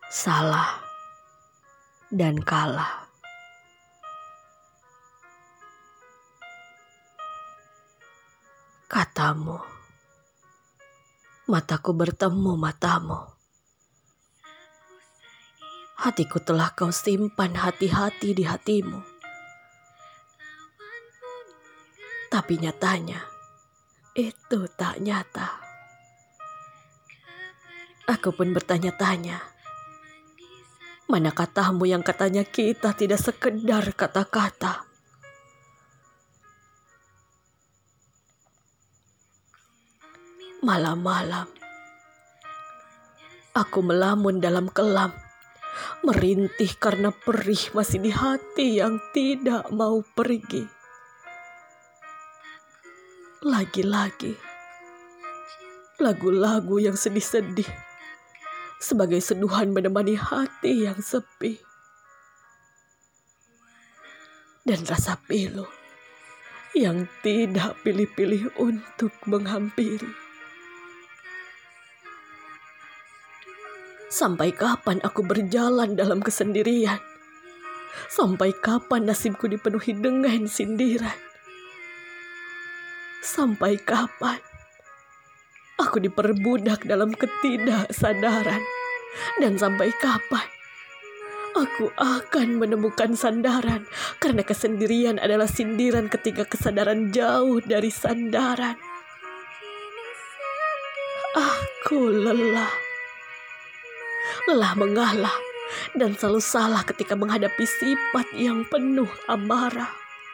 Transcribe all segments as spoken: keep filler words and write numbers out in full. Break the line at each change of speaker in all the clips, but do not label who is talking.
salah, dan kalah. Katamu, mataku bertemu matamu. Hatiku telah kau simpan hati-hati di hatimu. Tapi nyatanya, itu tak nyata. Aku pun bertanya-tanya, mana katamu yang katanya kita tidak sekedar kata-kata. Malam-malam, aku melamun dalam kelam, merintih karena perih masih di hati yang tidak mau pergi. Lagi-lagi, lagu-lagu yang sedih-sedih, sebagai seduhan menemani hati yang sepi. Dan rasa pilu yang tidak pilih-pilih untuk menghampiri. Sampai kapan aku berjalan dalam kesendirian? Sampai kapan nasibku dipenuhi dengan sindiran? Sampai kapan aku diperbudak dalam ketidaksadaran? Dan sampai kapan aku akan menemukan sandaran? Karena kesendirian adalah sindiran ketika kesadaran jauh dari sandaran. Aku lelah. Lelah mengalah dan selalu salah ketika menghadapi sifat yang penuh amarah.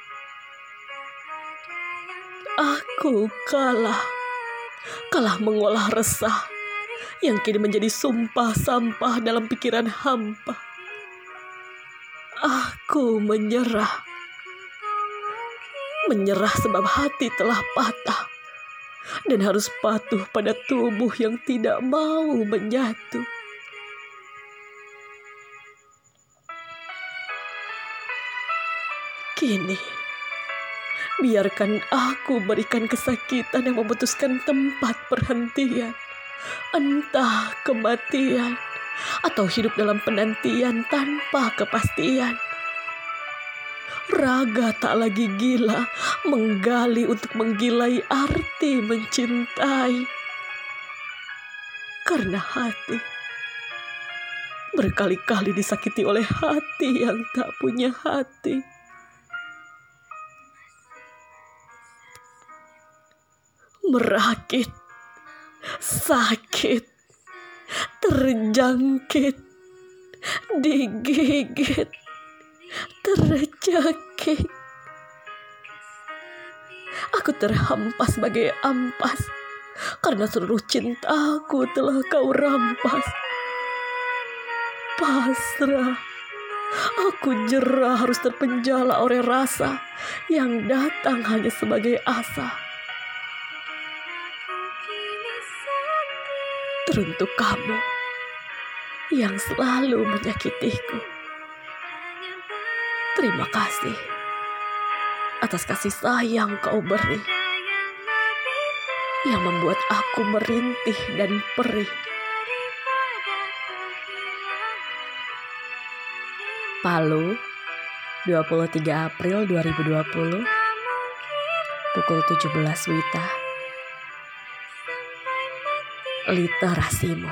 Aku kalah. Kalah mengolah resah yang kini menjadi sumpah sampah dalam pikiran hampa. Aku menyerah. Menyerah sebab hati telah patah dan harus patuh pada tubuh yang tidak mau menyatu. Kini, biarkan aku berikan kesakitan yang memutuskan tempat perhentian. Entah kematian atau hidup dalam penantian tanpa kepastian. Raga tak lagi gila, menggali untuk menggilai arti mencintai. Karena hati berkali-kali disakiti oleh hati yang tak punya hati. Merakit, sakit, terjangkit, digigit, tercekik. Aku terhampas bagai ampas karena seluruh cintaku telah kau rampas. Pasrah, aku jerah harus terpenjala oleh rasa yang datang hanya sebagai asa. Teruntuk kamu yang selalu menyakitiku, terima kasih atas kasih sayang kau beri, yang membuat aku merintih dan perih. Palu, dua puluh tiga April dua ribu dua puluh, pukul tujuh belas Wita. Literasimu.